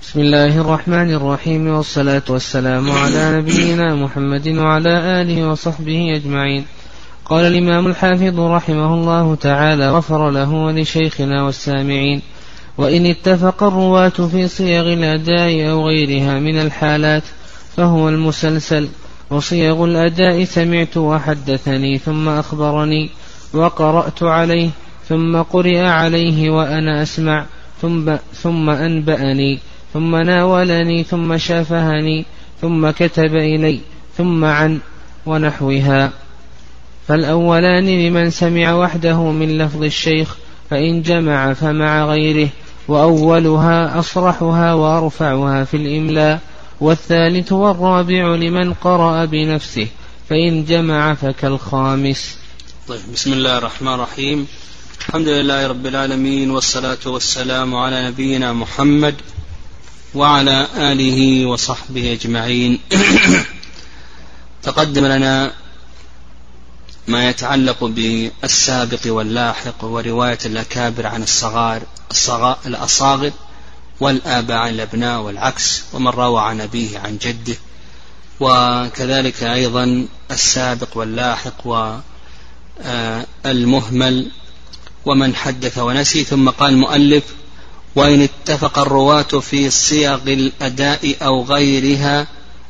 بسم الله الرحمن الرحيم، والصلاة والسلام على نبينا محمد وعلى آله وصحبه أجمعين. قال الإمام الحافظ رحمه الله تعالى غفر له ولشيخنا والسامعين: وإن اتفق الرواة في صيغ الأداء أو غيرها من الحالات فهو المسلسل. وصيغ الأداء: سمعت وحدثني ثم أخبرني وقرأت عليه ثم قرئ عليه وأنا أسمع ثم أنبأني ثم ناولني ثم شافهني ثم كتب إلي ثم عن، ونحوها. فالأولان لمن سمع وحده من لفظ الشيخ، فإن جمع فمع غيره، وأولها أصرحها وأرفعها في الإملاء. والثالث والرابع لمن قرأ بنفسه، فإن جمع فكالخامس. طيب، بسم الله الرحمن الرحيم. الحمد لله رب العالمين، والصلاة والسلام على نبينا محمد وعلى آله وصحبه أجمعين. تقدم لنا ما يتعلق بالسابق واللاحق ورواية الأكابر عن الأصاغر والآباء عن الأبناء والعكس، ومن روى عن أبيه عن جده، وكذلك أيضا السابق واللاحق والمهمل ومن حدث ونسي. ثم قال المؤلف: وإن اتفق الرواة في صيغ الأداء أو غيرها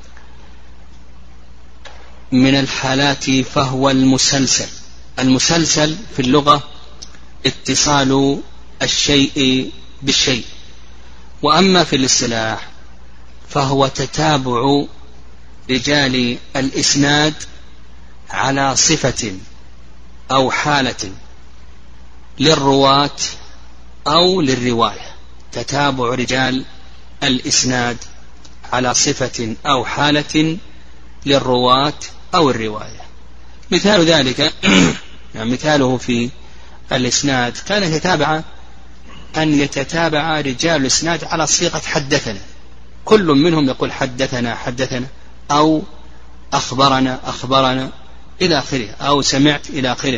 من الحالات فهو المسلسل. المسلسل في اللغة اتصال الشيء بالشيء، وأما في الاصطلاح فهو تتابع رجال الإسناد على صفة أو حالة للرواة أو للرواية. تتابع رجال الإسناد على صفة أو حالة للرواة أو الرواية. مثال ذلك يعني مثاله في الإسناد كان أن يتتابع رجال الإسناد على صيغة حدثنا، كل منهم يقول حدثنا حدثنا، أو أخبرنا أخبرنا إلى آخره، أو سمعت إلى آخره.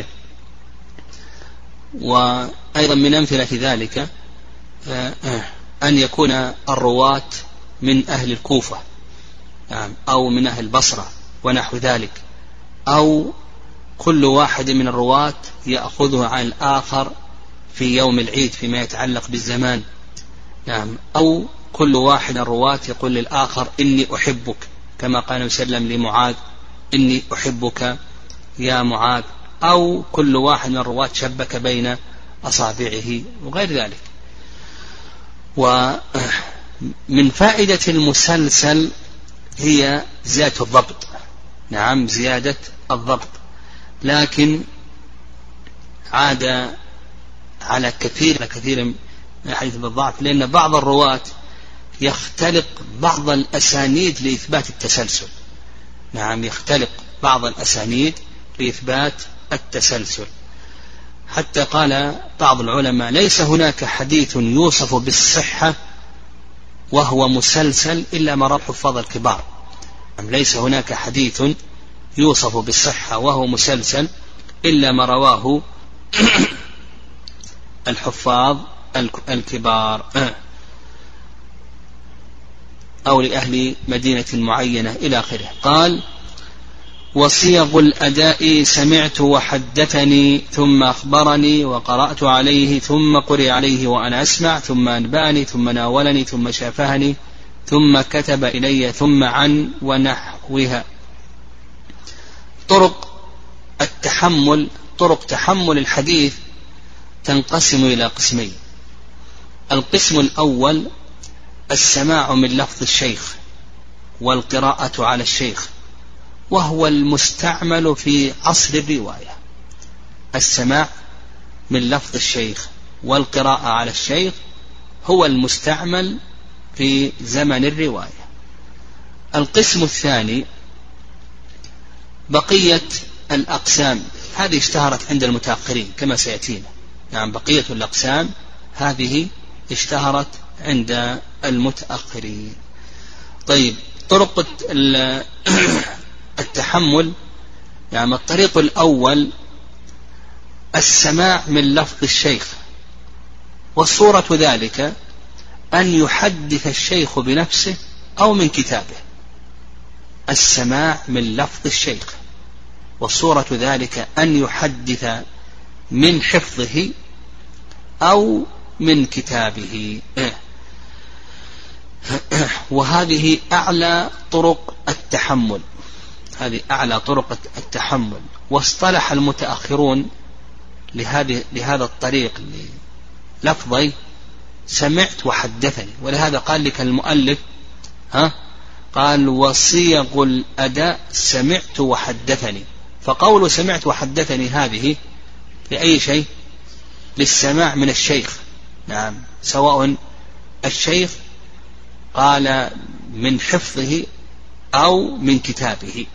وأيضا من أمثلة ذلك أن يكون الرواة من أهل الكوفة أو من أهل البصرة ونحو ذلك، أو كل واحد من الرواة يأخذه عن الآخر في يوم العيد فيما يتعلق بالزمان، أو كل واحد من الرواة يقول للآخر: إني أحبك، كما قال النبي صلى الله عليه وسلم لمعاذ: إني أحبك يا معاذ. أو كل واحد من الرواة شبك بين أصابعه وغير ذلك. ومن فائدة المسلسل هي زيادة الضبط، زيادة الضبط، لكن عاد على كثير من الحديث بالضعف، لأن بعض الرواة يختلق بعض الأسانيد لإثبات التسلسل. يختلق بعض الأسانيد لإثبات التسلسل، حتى قال بعض العلماء: ليس هناك حديث يوصف بالصحة وهو مسلسل إلا ما رواه الحفاظ الكبار. ليس هناك حديث يوصف بالصحة وهو مسلسل إلا ما رواه الحفاظ الكبار أو لأهل مدينة معينة إلى آخره. قال: وصيغ الأداء: سمعت وحدثني ثم أخبرني وقرأت عليه ثم قرئ عليه وأنا أسمع ثم أنبأني ثم ناولني ثم شافهني ثم كتب إلي ثم عن، ونحوها. طرق تحمل الحديث تنقسم إلى قسمين. القسم الأول: السماع من لفظ الشيخ والقراءة على الشيخ، وهو المستعمل في عصر الرواية. السماع من لفظ الشيخ والقراءة على الشيخ هو المستعمل في زمن الرواية. القسم الثاني: بقية الأقسام، هذه اشتهرت عند المتأخرين كما سيأتينا. بقية الأقسام هذه اشتهرت عند المتأخرين. طيب، طرق التحمل. الطريق الأول: السماع من لفظ الشيخ، والصورة ذلك أن يحدث الشيخ بنفسه أو من كتابه. السماع من لفظ الشيخ، وصورة ذلك أن يحدث من حفظه أو من كتابه. وهذه أعلى طرق التحمل، هذه أعلى طرق التحمل. واصطلح المتأخرون لهذا الطريق لفظي سمعت وحدثني، ولهذا قال لك المؤلف قال وصيغ الأداء سمعت وحدثني. فقول سمعت وحدثني هذه لأي شيء؟ للسماع من الشيخ، نعم، سواء الشيخ قال من حفظه أو من كتابه.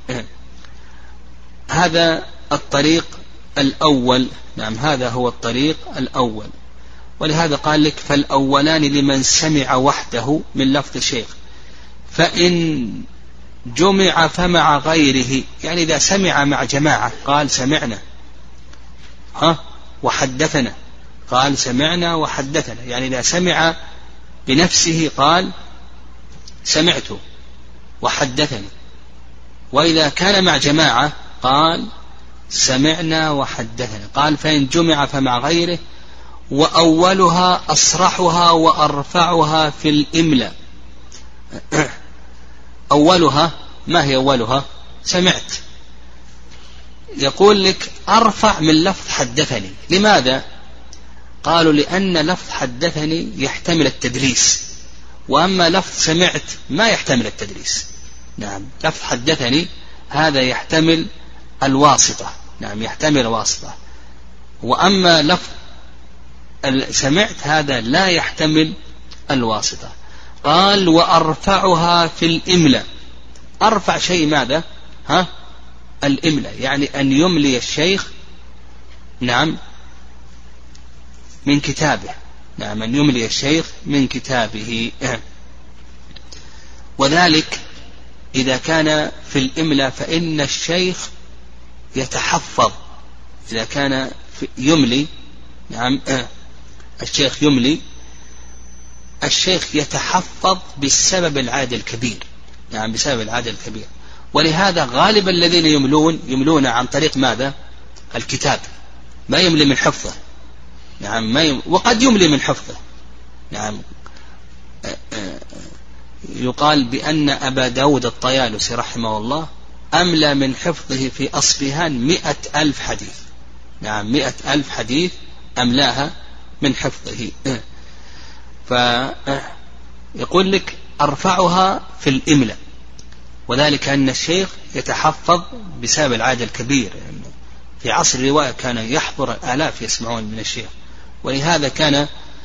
هذا الطريق الأول، نعم، هذا هو الطريق الأول. ولهذا قال لك فالأولان لمن سمع وحده من لفظ الشيخ، فإن جمع فمع غيره، يعني إذا سمع مع جماعة قال سمعنا وحدثنا، قال سمعنا وحدثنا، يعني إذا سمع بنفسه قال سمعت وحدثني. وإذا كان مع جماعة قال سمعنا وحدثنا. قال فإن جمع فمع غيره، وأولها أصرحها وأرفعها في الإملاء. أولها، ما هي أولها؟ سمعت. يقول لك أرفع من لفظ حدثني. لماذا؟ قالوا لأن لفظ حدثني يحتمل التدليس، وأما لفظ سمعت ما يحتمل التدليس. نعم، لفظ حدثني هذا يحتمل الواسطة، نعم، يحتمل الواسطة. وأما لفظ سمعت هذا لا يحتمل الواسطة. قال وأرفعها في الإملاء. أرفع شيء ماذا؟ الإملاء، يعني أن يملي الشيخ، نعم، من كتابه، نعم، أن يملي الشيخ من كتابه. وذلك إذا كان في الإملاء فإن الشيخ يتحفظ. إذا كان يملي، نعم، الشيخ يملي، الشيخ يتحفظ بسبب العادة الكبير، نعم، بسبب العادة الكبير. ولهذا غالب الذين يملون عن طريق ماذا؟ الكتاب، ما يملي من حفظه، نعم، وقد يملي من حفظه، نعم. يقال بأن أبا داود الطيالسي رحمه الله أملى من حفظه في أصبهان 100,000 حديث، نعم، 100,000 حديث أملاها من حفظه. فيقول لك أرفعها في الإملاء، وذلك أن الشيخ يتحفظ بسبب العادة الكبير. يعني في عصر الرواية كان يحضر آلاف يسمعون من الشيخ، ولهذا كان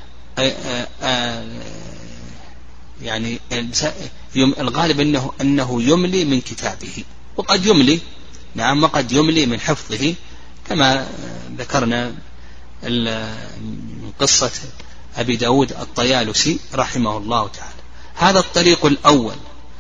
يعني الغالب أنه يملي من كتابه، وقد يملي، نعم، وقد يملي من حفظه، كما ذكرنا من قصة أبي داود الطيالسي رحمه الله تعالى. هذا الطريق الأول.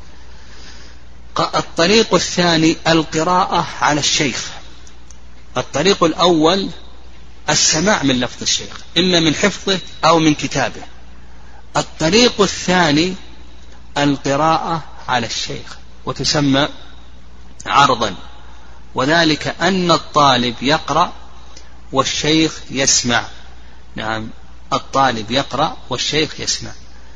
الطريق الثاني القراءة على الشيخ. الطريق الأول السماع من لفظ الشيخ، إما من حفظه أو من كتابه. الطريق الثاني القراءة على الشيخ، وتسمى عرضا، وذلك أن الطالب يقرأ والشيخ يسمع، نعم، الطالب يقرأ والشيخ يسمع.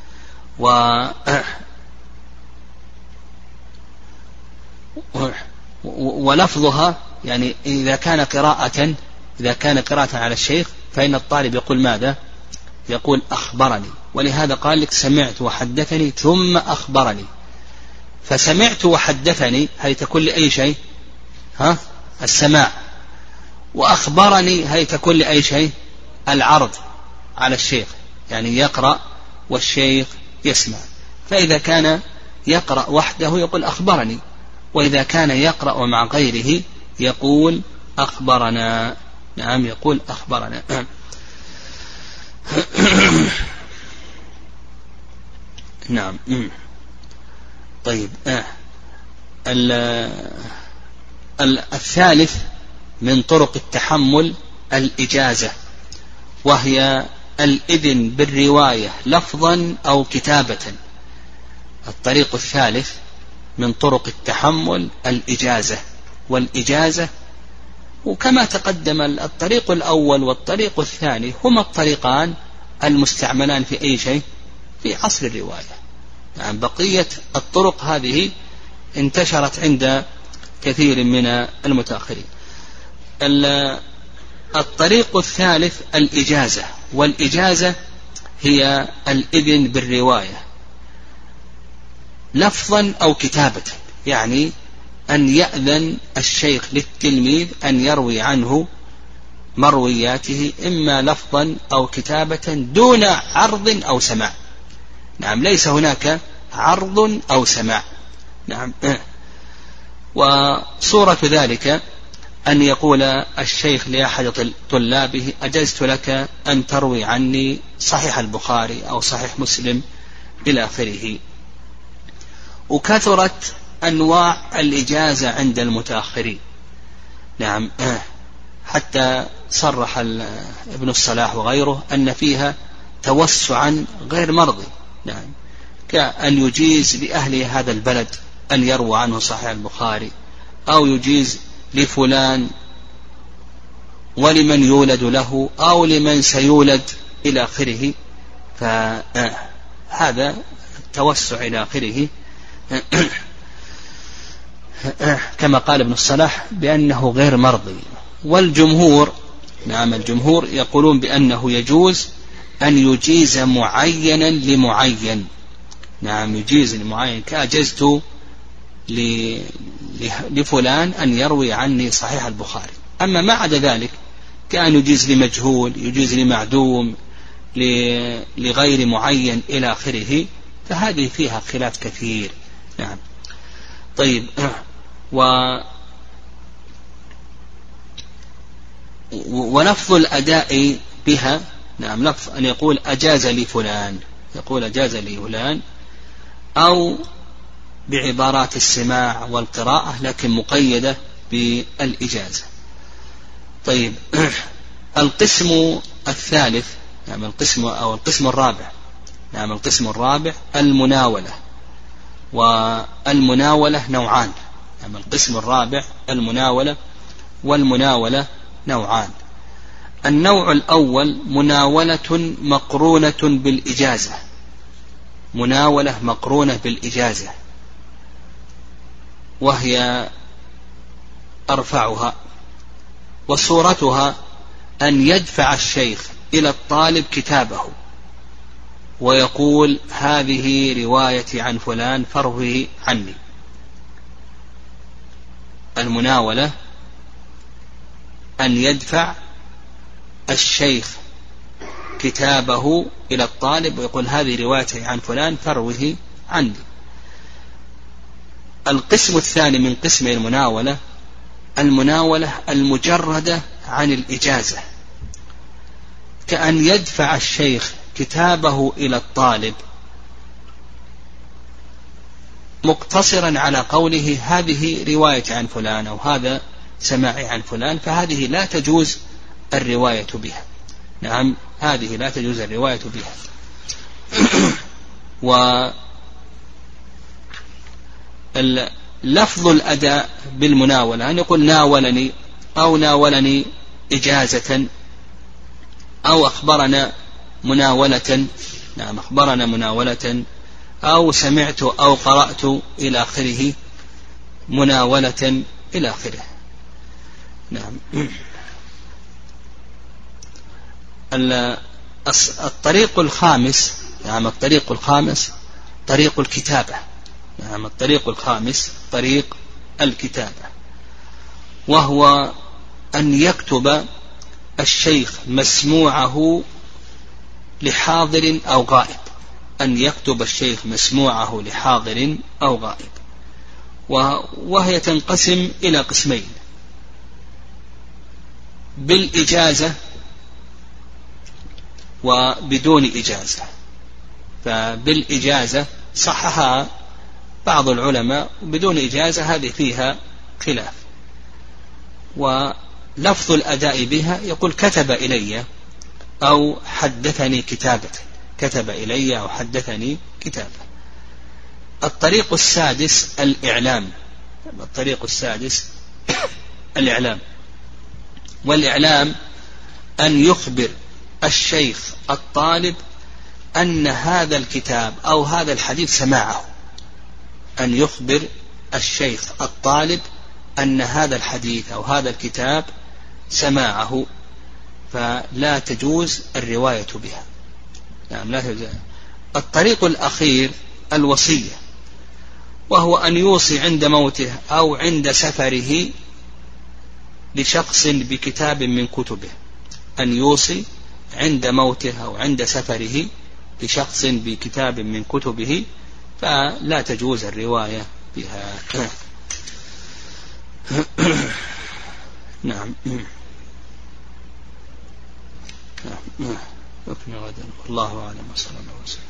ولفظها يعني إذا كان قراءة على الشيخ فإن الطالب يقول ماذا؟ يقول أخبرني. ولهذا قال لك سمعت وحدثني ثم أخبرني. فسمعت وحدثني هل تكون لأي شيء؟ السماع. وأخبرني هل تكون لأي شيء؟ العرض على الشيخ، يعني يقرأ والشيخ يسمع. فإذا كان يقرأ وحده يقول أخبرني، وإذا كان يقرأ مع غيره يقول أخبرنا، نعم، يقول أخبرنا. نعم. طيب، الثالث من طرق التحمل الإجازة، وهي الإذن بالرواية لفظا أو كتابة. الطريق الثالث من طرق التحمل الإجازة، والإجازة وكما تقدم الطريق الأول والطريق الثاني هما الطريقان المستعملان في أي شيء في عصر الرواية. يعني بقية الطرق هذه انتشرت عند كثير من المتأخرين. الطريق الثالث الإجازة، والإجازة هي الإذن بالرواية لفظا أو كتابة، يعني أن يأذن الشيخ للتلميذ أن يروي عنه مروياته إما لفظا أو كتابة دون عرض أو سماع. نعم، ليس هناك عرض أو سماع. نعم. وصورة ذلك أن يقول الشيخ لأحد طلابه أجزت لك أن تروي عني صحيح البخاري أو صحيح مسلم إلى آخره. وكثرت أنواع الإجازة عند المتأخرين. نعم، حتى صرح ابن الصلاح وغيره أن فيها توسعا غير مرضي. نعم، كأن يجيز لأهل هذا البلد أن يروى عنه صحيح البخاري، أو يجيز لفلان ولمن يولد له أو لمن سيولد إلى آخره. فهذا التوسع إلى آخره كما قال ابن الصلاح بأنه غير مرضي. والجمهور، نعم، الجمهور يقولون بأنه يجوز أن يجيز معينا لمعين. نعم، يجيز لمعين، كأجزت لفلان أن يروي عني صحيح البخاري. أما ما عدا ذلك كأن يجيز لمجهول، يجيز لمعدوم، لغير معين إلى آخره، فهذه فيها خلاف كثير. نعم. طيب، ولفظ الأداء بها، نعم، لفظ أن يقول أجاز لي فلان، يقول أجاز لي فلان، أو بعبارات السماع والقراءة لكن مقيدة بالإجازة. طيب، القسم الثالث، نعم، القسم الرابع، نعم، القسم الرابع المناولة. والمناولة نوعان. نعم، القسم الرابع المناولة، والمناولة نوعان. النوع الأول مناولة مقرونة بالإجازة، مناولة مقرونة بالإجازة، وهي أرفعها. وصورتها أن يدفع الشيخ إلى الطالب كتابه ويقول هذه روايتي عن فلان فروه عني. المناولة أن يدفع الشيخ كتابه إلى الطالب ويقول هذه روايتي عن فلان فروه عني. القسم الثاني من قسم المناولة المناولة المجردة عن الإجازة، كأن يدفع الشيخ كتابه إلى الطالب مقتصرا على قوله هذه رواية عن فلان أو هذا سماعي عن فلان، فهذه لا تجوز الرواية بها. نعم، هذه لا تجوز الرواية بها. لفظ الأداء بالمناولة أن يقول ناولني أو ناولني إجازة أو أخبرنا مناولة. نعم، أخبرنا مناولة، أو سمعت أو قرأت إلى آخره، مناولة إلى آخره. نعم. الطريق الخامس، نعم، الطريق الخامس طريق الكتابة. نعم، الطريق الخامس طريق الكتابة، وهو أن يكتب الشيخ مسموعه لحاضر أو غائب، أن يكتب الشيخ مسموعه لحاضر أو غائب. وهي تنقسم إلى قسمين: بالإجازة وبدون إجازة. فبالإجازة صحها بعض العلماء، بدون إجازة هذه فيها خلاف. ولفظ الأداء بها يقول كتب إلي أو حدثني كتابة، كتب إلي أو حدثني كتابة. الطريق السادس الإعلام. الطريق السادس الإعلام، والإعلام أن يخبر الشيخ الطالب أن هذا الكتاب أو هذا الحديث سماعه، أن يخبر الشيخ الطالب أن هذا الحديث أو هذا الكتاب سماعه، فلا تجوز الرواية بها. نعم لا تجوز. الطريق الأخير الوصية، وهو أن يوصي عند موته أو عند سفره لشخص بكتاب من كتبه، أن يوصي عند موته أو عند سفره لشخص بكتاب من كتبه، فلا تجوز الرواية بها. نعم. الله أعلم وصلى الله وسلم.